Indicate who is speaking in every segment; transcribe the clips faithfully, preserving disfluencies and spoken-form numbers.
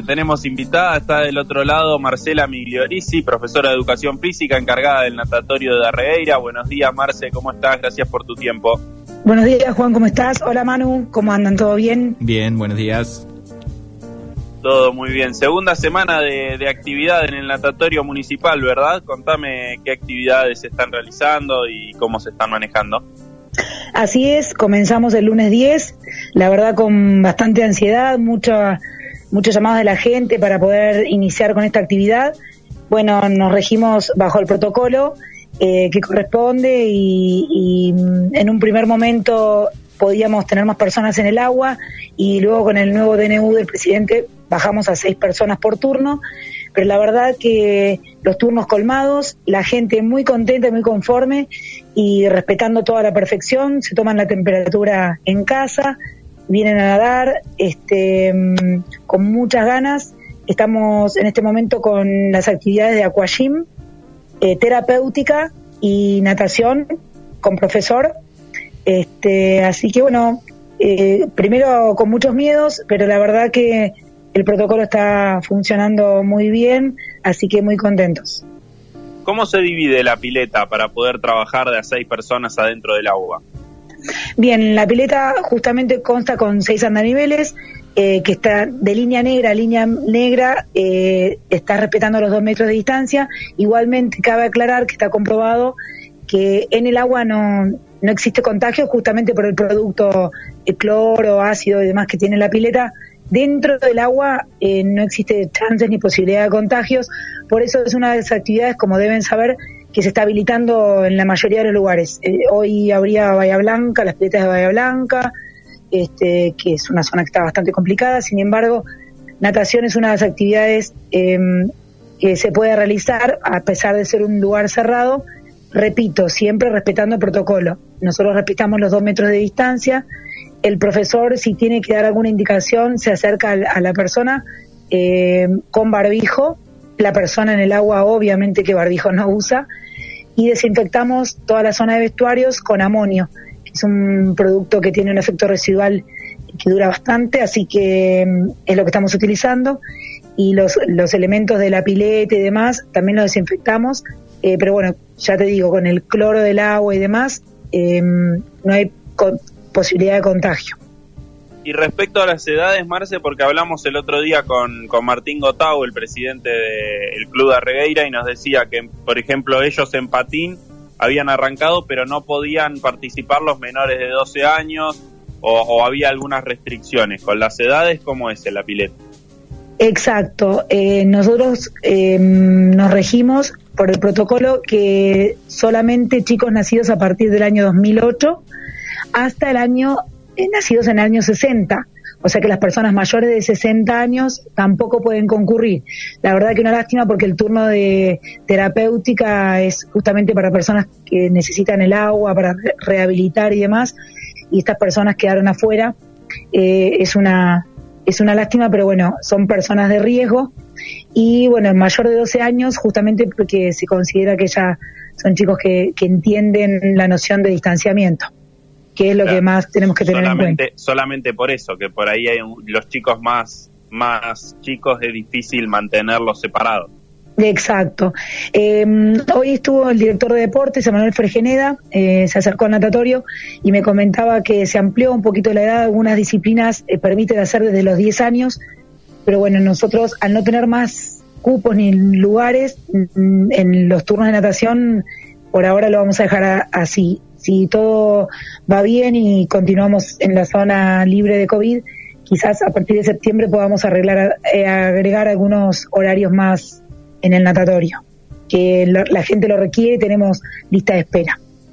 Speaker 1: tenemos invitada, está del otro lado Marcela Migliorisi, profesora de Educación Física, encargada del natatorio de Darregueira. Buenos días, Marce, ¿cómo estás? Gracias por tu tiempo.
Speaker 2: Buenos días, Juan, ¿cómo estás? Hola, Manu, ¿cómo andan? ¿Todo bien?
Speaker 3: Bien, buenos días.
Speaker 1: Todo muy bien. Segunda semana de, de actividad en el natatorio municipal, ¿verdad? Contame qué actividades se están realizando y cómo se están manejando.
Speaker 2: Así es, comenzamos el lunes diez, la verdad con bastante ansiedad, mucha, muchos llamados de la gente para poder iniciar con esta actividad. Bueno, nos regimos bajo el protocolo eh, que corresponde y, y en un primer momento podíamos tener más personas en el agua y luego con el nuevo D N U del presidente bajamos a seis personas por turno, pero la verdad que los turnos colmados, la gente muy contenta y muy conforme y respetando toda la perfección, se toman la temperatura en casa, vienen a nadar este, con muchas ganas. Estamos en este momento con las actividades de aquagym, eh, terapéutica y natación con profesor. Este, así que bueno, eh, primero con muchos miedos, pero la verdad que el protocolo está funcionando muy bien, así que muy contentos.
Speaker 1: ¿Cómo se divide la pileta para poder trabajar de a seis personas adentro del agua?
Speaker 2: Bien, la pileta justamente consta con seis andaniveles, eh, que está de línea negra a línea negra, eh, está respetando los dos metros de distancia. Igualmente cabe aclarar que está comprobado que en el agua no, no existe contagio justamente por el producto el cloro, ácido y demás que tiene la pileta. Dentro del agua eh, no existe chances ni posibilidad de contagios, por eso es una de las actividades, como deben saber, que se está habilitando en la mayoría de los lugares. Eh, hoy habría Bahía Blanca, las piletas de Bahía Blanca, este, que es una zona que está bastante complicada. Sin embargo, natación es una de las actividades eh, que se puede realizar a pesar de ser un lugar cerrado. Repito, siempre respetando el protocolo. Nosotros respetamos los dos metros de distancia. El profesor, si tiene que dar alguna indicación, se acerca a la persona eh, con barbijo. La persona en el agua, obviamente que barbijo no usa. Y desinfectamos toda la zona de vestuarios con amonio. Es un producto que tiene un efecto residual que dura bastante, así que es lo que estamos utilizando. Y los, los elementos de la pileta y demás también los desinfectamos. Eh, pero bueno, ya te digo, con el cloro del agua y demás, eh, no hay con, posibilidad de contagio.
Speaker 1: Y respecto a las edades, Marce, porque hablamos el otro día con, con Martín Gotau, el presidente del Club Darregueira, y nos decía que, por ejemplo, ellos en patín habían arrancado, pero no podían participar los menores de doce años, o, o había algunas restricciones. Con las edades, ¿cómo es en la pileta?
Speaker 2: Exacto. Eh, nosotros eh, nos regimos por el protocolo que solamente chicos nacidos a partir del año dos mil ocho hasta el año, eh, nacidos en el año sesenta, o sea que las personas mayores de sesenta años tampoco pueden concurrir. La verdad que una lástima porque el turno de terapéutica es justamente para personas que necesitan el agua, para re- rehabilitar y demás, y estas personas quedaron afuera. Eh, es una es una lástima, pero bueno, son personas de riesgo. Y bueno, el mayor de doce años, justamente porque se considera que ya son chicos que, que entienden la noción de distanciamiento, que es lo claro, que más tenemos que tener en cuenta.
Speaker 1: Solamente por eso, que por ahí hay un, los chicos más, más chicos es difícil mantenerlos separados.
Speaker 2: Exacto. Eh, hoy estuvo el director de deportes, Emanuel Fregeneda, eh, se acercó al natatorio y me comentaba que se amplió un poquito la edad, algunas disciplinas eh, permiten hacer desde los diez años, pero bueno, nosotros al no tener más cupos ni lugares mm, en los turnos de natación, por ahora lo vamos a dejar a, así. Si todo va bien y continuamos en la zona libre de COVID, quizás a partir de septiembre podamos arreglar, eh, agregar algunos horarios más en el natatorio, que lo, la gente lo requiere, tenemos lista de espera.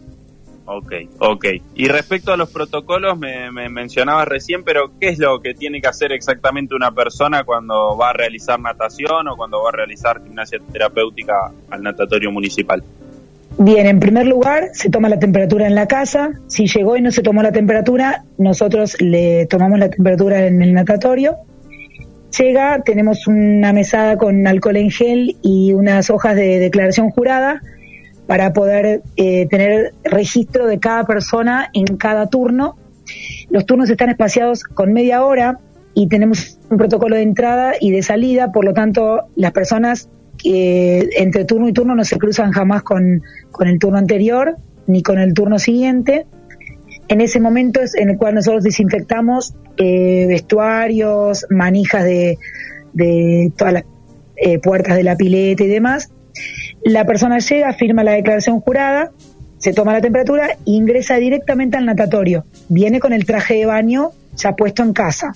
Speaker 1: Ok, ok. Y respecto a los protocolos, me, me mencionabas recién, pero ¿qué es lo que tiene que hacer exactamente una persona cuando va a realizar natación o cuando va a realizar gimnasia terapéutica al natatorio municipal?
Speaker 2: Bien, en primer lugar, se toma la temperatura en la casa. Si llegó y no se tomó la temperatura, nosotros le tomamos la temperatura en el natatorio. Llega, tenemos una mesada con alcohol en gel y unas hojas de declaración jurada para poder eh, tener registro de cada persona en cada turno. Los turnos están espaciados con media hora, y tenemos un protocolo de entrada y de salida, por lo tanto las personas que entre turno y turno no se cruzan jamás con, con el turno anterior ni con el turno siguiente. En ese momento es en el cual nosotros desinfectamos eh, vestuarios, manijas de, de todas las eh, puertas de la pileta y demás. La persona llega, firma la declaración jurada, se toma la temperatura e ingresa directamente al natatorio. Viene con el traje de baño ya puesto en casa.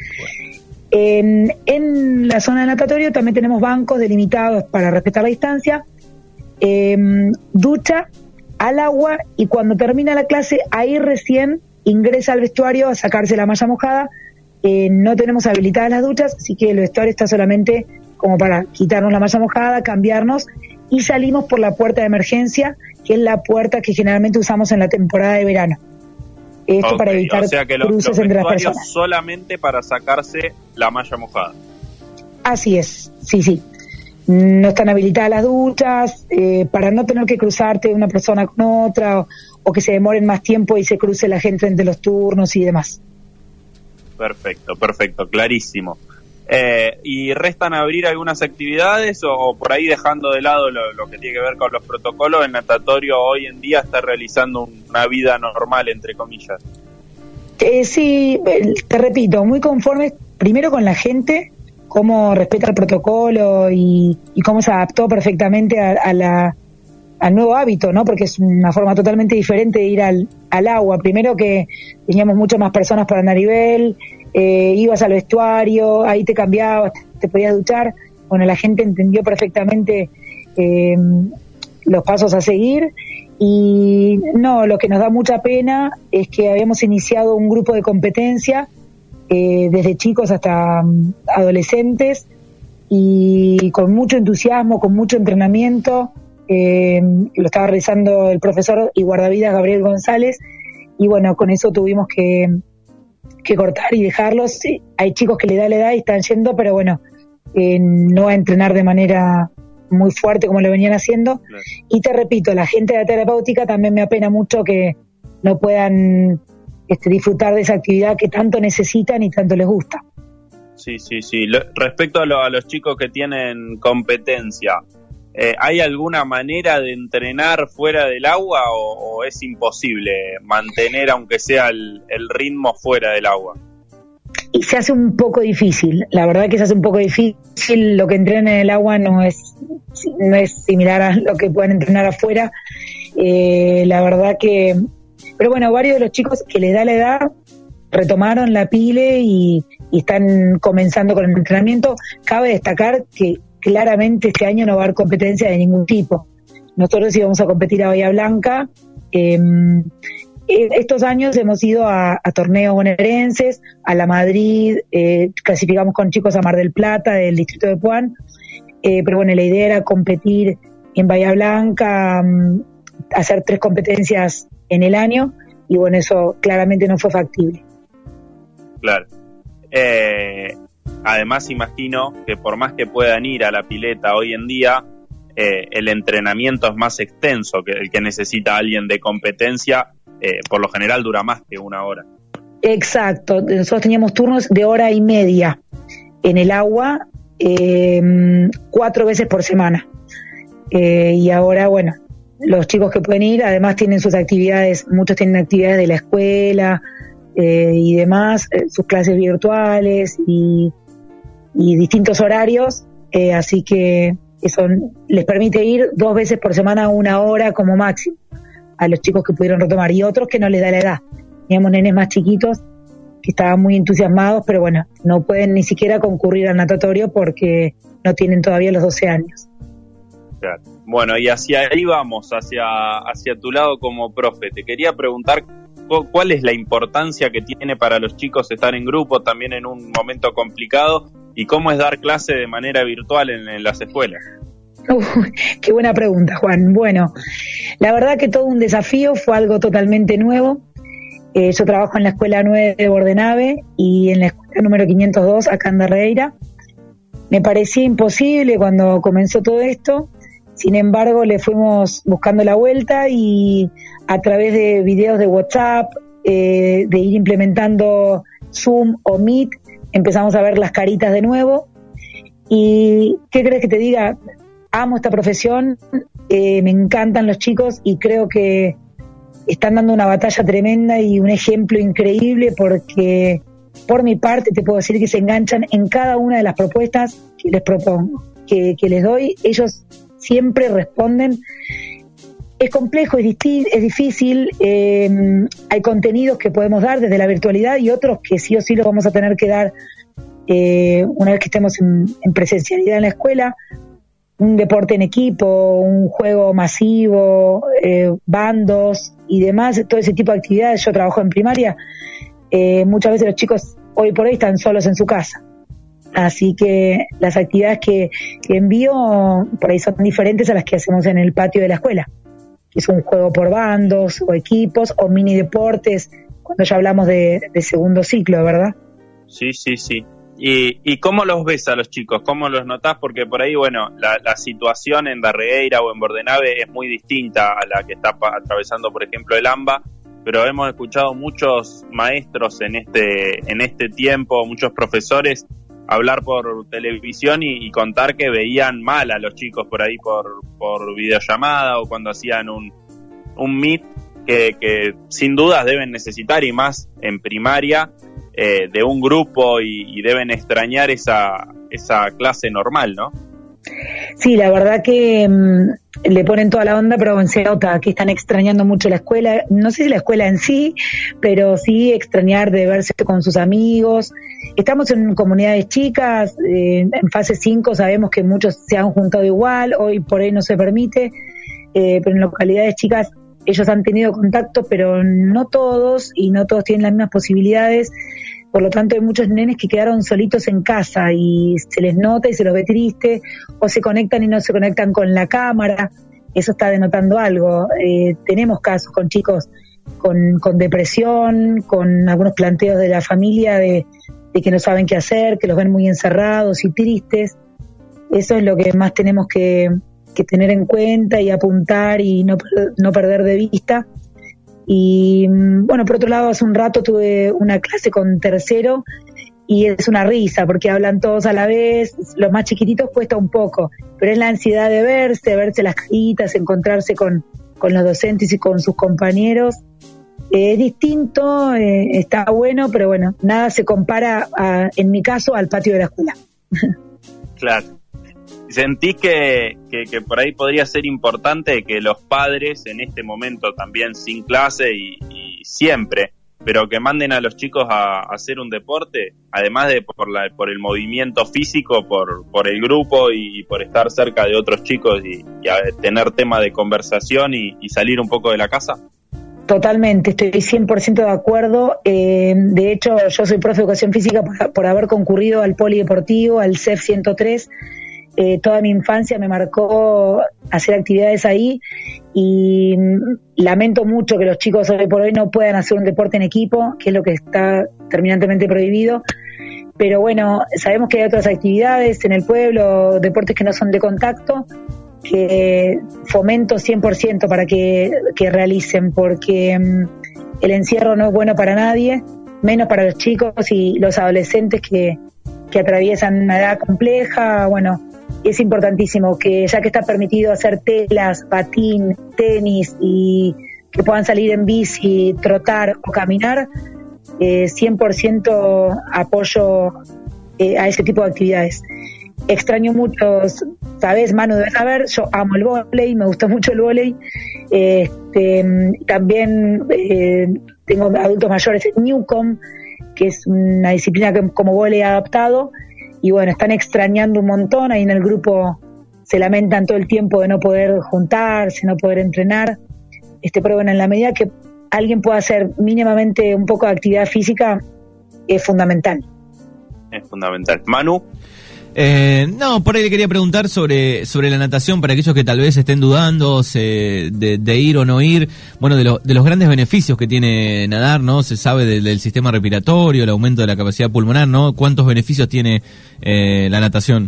Speaker 2: En, en la zona de natatorio también tenemos bancos delimitados para respetar la distancia, eh, ducha al agua, y cuando termina la clase ahí recién ingresa al vestuario a sacarse la malla mojada. Eh, no tenemos habilitadas las duchas, así que el vestuario está solamente como para quitarnos la malla mojada, cambiarnos, y salimos por la puerta de emergencia, que es la puerta que generalmente usamos en la temporada de verano. Esto okay, para evitar
Speaker 1: o sea que lo,
Speaker 2: cruces entre las personas.
Speaker 1: Solamente para sacarse la malla mojada.
Speaker 2: Así es, sí, sí. No están habilitadas las duchas, eh, para no tener que cruzarte una persona con otra, o, o que se demoren más tiempo y se cruce la gente entre los turnos y demás.
Speaker 1: Perfecto, perfecto, clarísimo. Eh, ¿Y restan abrir algunas actividades o, o por ahí dejando de lado lo, lo que tiene que ver con los protocolos? El natatorio hoy en día está realizando una vida normal, entre comillas.
Speaker 2: Eh, sí, te repito, muy conformes primero con la gente, cómo respeta el protocolo y, y cómo se adaptó perfectamente a, a la, al nuevo hábito, ¿no? Porque es una forma totalmente diferente de ir al, al agua. Primero que teníamos muchas más personas para Naribel, eh, ibas al vestuario, ahí te cambiabas, te podías duchar. Bueno, la gente entendió perfectamente eh, los pasos a seguir. Y no, lo que nos da mucha pena es que habíamos iniciado un grupo de competencia eh, desde chicos hasta um, adolescentes, y con mucho entusiasmo, con mucho entrenamiento. Eh, lo estaba realizando el profesor y guardavidas Gabriel González, y bueno, con eso tuvimos que, que cortar y dejarlos. Sí, hay chicos que le da la edad y están yendo, pero bueno, eh, no a entrenar de manera muy fuerte como lo venían haciendo. Claro. Y te repito, la gente de la terapéutica también me apena mucho que no puedan este, disfrutar de esa actividad que tanto necesitan y tanto les gusta.
Speaker 1: Sí, sí, sí. Lo, respecto a, lo, a los chicos que tienen competencia, eh, ¿hay alguna manera de entrenar fuera del agua o, o es imposible mantener, aunque sea el, el ritmo fuera del agua?
Speaker 2: Y se hace un poco difícil, la verdad que se hace un poco difícil. Lo que entrenan en el agua no es no es similar a lo que pueden entrenar afuera. Eh, la verdad que... Pero bueno, varios de los chicos que les da la edad retomaron la pile y, y están comenzando con el entrenamiento. Cabe destacar que claramente este año no va a haber competencia de ningún tipo. Nosotros íbamos a competir a Bahía Blanca. Eh, estos años hemos ido a, a torneos bonaerenses, a La Madrid, eh, clasificamos con chicos a Mar del Plata, del distrito de Puan. Eh, pero bueno, la idea era competir en Bahía Blanca, um, hacer tres competencias en el año, y bueno, eso claramente no fue factible.
Speaker 1: Claro. Eh, además, imagino que por más que puedan ir a la pileta hoy en día, eh, el entrenamiento es más extenso que el que necesita alguien de competencia. Eh, por lo general dura más que una hora.
Speaker 2: Exacto. Nosotros teníamos turnos de hora y media en el agua, eh, cuatro veces por semana. Eh, y ahora, bueno, los chicos que pueden ir, además tienen sus actividades, muchos tienen actividades de la escuela eh, y demás, eh, sus clases virtuales y, y distintos horarios, eh, así que eso les permite ir dos veces por semana, una hora como máximo, a los chicos que pudieron retomar, y otros que no les da la edad. Teníamos nenes más chiquitos que estaban muy entusiasmados, pero bueno, no pueden ni siquiera concurrir al natatorio porque no tienen todavía los doce años.
Speaker 1: Claro. Bueno, y hacia ahí vamos, hacia, hacia tu lado como profe. Te quería preguntar cuál es la importancia que tiene para los chicos estar en grupo también en un momento complicado, y cómo es dar clase de manera virtual en, en las escuelas.
Speaker 2: Uh, qué buena pregunta, Juan. Bueno, la verdad que todo un desafío, fue algo totalmente nuevo. Eh, yo trabajo en la escuela nueve de Bordenave y en la escuela número quinientos dos acá en Darreira. Me parecía imposible cuando comenzó todo esto. Sin embargo, le fuimos buscando la vuelta, y a través de videos de WhatsApp, eh, de ir implementando Zoom o Meet, empezamos a ver las caritas de nuevo. ¿Y qué crees que te diga? Amo esta profesión, eh, me encantan los chicos y creo que están dando una batalla tremenda y un ejemplo increíble, porque por mi parte te puedo decir que se enganchan en cada una de las propuestas que les propongo, que, que les doy. Ellos siempre responden. Es complejo, es, disti- es difícil, eh, hay contenidos que podemos dar desde la virtualidad y otros que sí o sí los vamos a tener que dar eh, una vez que estemos en, en presencialidad en la escuela. Un deporte en equipo, un juego masivo, eh, bandos y demás, todo ese tipo de actividades. Yo trabajo en primaria, eh, muchas veces los chicos hoy por hoy están solos en su casa, así que las actividades que, que envío por ahí son diferentes a las que hacemos en el patio de la escuela. Es un juego por bandos o equipos o mini deportes, cuando ya hablamos de, de segundo ciclo, ¿verdad?
Speaker 1: Sí, sí, sí. ¿Y, ¿Y cómo los ves a los chicos? ¿Cómo los notás? Porque por ahí, bueno, la, la situación en Darregueira o en Bordenave es muy distinta a la que está pa- atravesando, por ejemplo, el AMBA, pero hemos escuchado muchos maestros en este en este tiempo, muchos profesores, hablar por televisión y, y contar que veían mal a los chicos por ahí por, por videollamada o cuando hacían un, un meet que, que sin dudas deben necesitar, y más en primaria, Eh, de un grupo y, y deben extrañar esa esa clase normal, ¿no?
Speaker 2: Sí, la verdad que mmm, le ponen toda la onda, pero se nota que están extrañando mucho la escuela. No sé si la escuela en sí, pero sí extrañar de verse con sus amigos. Estamos en comunidades chicas, eh, en fase cinco sabemos que muchos se han juntado igual, hoy por ahí no se permite, eh, pero en localidades chicas ellos han tenido contacto, pero no todos, y no todos tienen las mismas posibilidades. Por lo tanto, hay muchos nenes que quedaron solitos en casa y se les nota y se los ve triste, o se conectan y no se conectan con la cámara. Eso está denotando algo. Eh, tenemos casos con chicos con, con depresión, con algunos planteos de la familia de, de que no saben qué hacer, que los ven muy encerrados y tristes. Eso es lo que más tenemos que, que tener en cuenta y apuntar y no, no perder de vista. Y bueno, por otro lado, hace un rato tuve una clase con tercero y es una risa porque hablan todos a la vez. Los más chiquititos cuesta un poco, pero es la ansiedad de verse, verse las caritas, encontrarse con, con los docentes y con sus compañeros. Eh, es distinto, eh, está bueno, pero bueno, nada se compara, a, en mi caso, al patio de la escuela.
Speaker 1: Claro. ¿Sentís que, que, que por ahí podría ser importante que los padres en este momento también sin clase y, y siempre, pero que manden a los chicos a, a hacer un deporte, además de por, la, por el movimiento físico, por, por el grupo y, y por estar cerca de otros chicos y, y a tener tema de conversación y, y salir un poco de la casa?
Speaker 2: Totalmente, estoy cien por ciento de acuerdo. Eh, de hecho, yo soy profe de educación física por, por haber concurrido al polideportivo, al C E F ciento tres. Eh, toda mi infancia me marcó hacer actividades ahí y lamento mucho que los chicos hoy por hoy no puedan hacer un deporte en equipo, que es lo que está terminantemente prohibido. Pero bueno, sabemos que hay otras actividades en el pueblo, deportes que no son de contacto, que fomento cien por ciento para que, que realicen, porque um, el encierro no es bueno para nadie, menos para los chicos y los adolescentes que, que atraviesan una edad compleja. Bueno, es importantísimo que, ya que está permitido hacer telas, patín, tenis y que puedan salir en bici, trotar o caminar, eh, cien por ciento apoyo eh, a ese tipo de actividades. Extraño mucho, sabes, Manu, debes saber, yo amo el vóley, me gusta mucho el vóley. Este, también eh, tengo adultos mayores en Newcomb, que es una disciplina que como vóley adaptado. Y bueno, están extrañando un montón, ahí en el grupo se lamentan todo el tiempo de no poder juntarse, no poder entrenar. Este, pero bueno, en la medida que alguien pueda hacer mínimamente un poco de actividad física, es fundamental.
Speaker 1: Es fundamental. Manu.
Speaker 3: Eh, no, por ahí le quería preguntar sobre sobre la natación para aquellos que tal vez estén dudando se, de, de ir o no ir. Bueno, de, lo, de los grandes beneficios que tiene nadar, ¿no? Se sabe del, del sistema respiratorio, el aumento de la capacidad pulmonar, ¿no? ¿Cuántos beneficios tiene eh, la natación?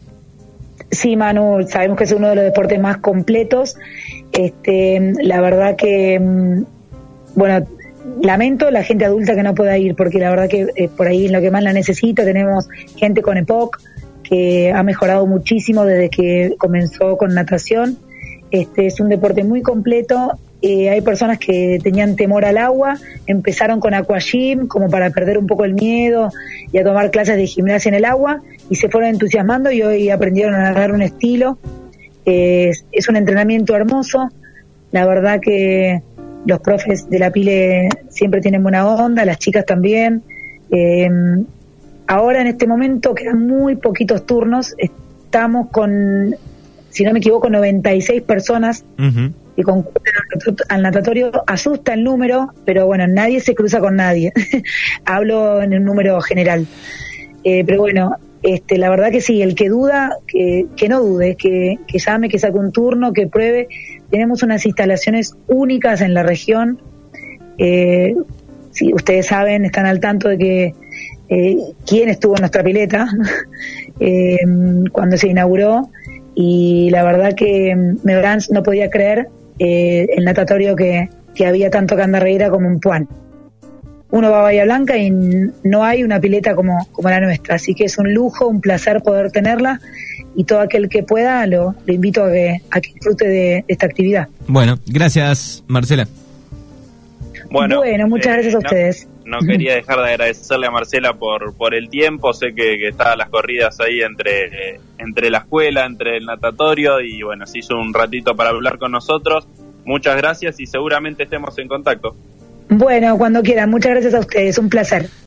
Speaker 2: Sí, Manu, sabemos que es uno de los deportes más completos. Este, la verdad que, bueno, lamento la gente adulta que no pueda ir, porque la verdad que eh, por ahí es lo que más la necesita. Tenemos gente con E P O C que ha mejorado muchísimo desde que comenzó con natación. Este es un deporte muy completo. Eh, hay personas que tenían temor al agua, empezaron con aquagym como para perder un poco el miedo y a tomar clases de gimnasia en el agua, y se fueron entusiasmando y hoy aprendieron a nadar un estilo. Eh, es, es un entrenamiento hermoso. La verdad que los profes de la Pile siempre tienen buena onda, las chicas también. Eh, ahora en este momento quedan muy poquitos turnos. Estamos con, si no me equivoco, noventa y seis personas uh-huh. que concurren al natatorio. Asusta el número, pero bueno, nadie se cruza con nadie. Hablo en el número general. Eh, pero bueno, este, la verdad que sí, el que duda, que, que no dude, que, que llame, que saque un turno, que pruebe. Tenemos unas instalaciones únicas en la región. Eh, si ustedes saben, están al tanto de que eh, quién estuvo en nuestra pileta eh, cuando se inauguró, y la verdad que Mebrans no podía creer eh, el natatorio que, que había tanto Candarreira como en Puan. Uno va a Bahía Blanca y no hay una pileta como, como la nuestra, así que es un lujo, un placer poder tenerla, y todo aquel que pueda lo, lo invito a que, a que disfrute de, de esta actividad.
Speaker 3: Bueno, gracias, Marcela.
Speaker 1: Bueno,
Speaker 2: bueno muchas eh, gracias a
Speaker 1: no,
Speaker 2: ustedes.
Speaker 1: No quería dejar de agradecerle a Marcela por por el tiempo. Sé que, que estaban las corridas ahí entre, entre la escuela, entre el natatorio, y bueno, se hizo un ratito para hablar con nosotros. Muchas gracias y seguramente estemos en contacto.
Speaker 2: Bueno, cuando quieran. Muchas gracias a ustedes. Un placer.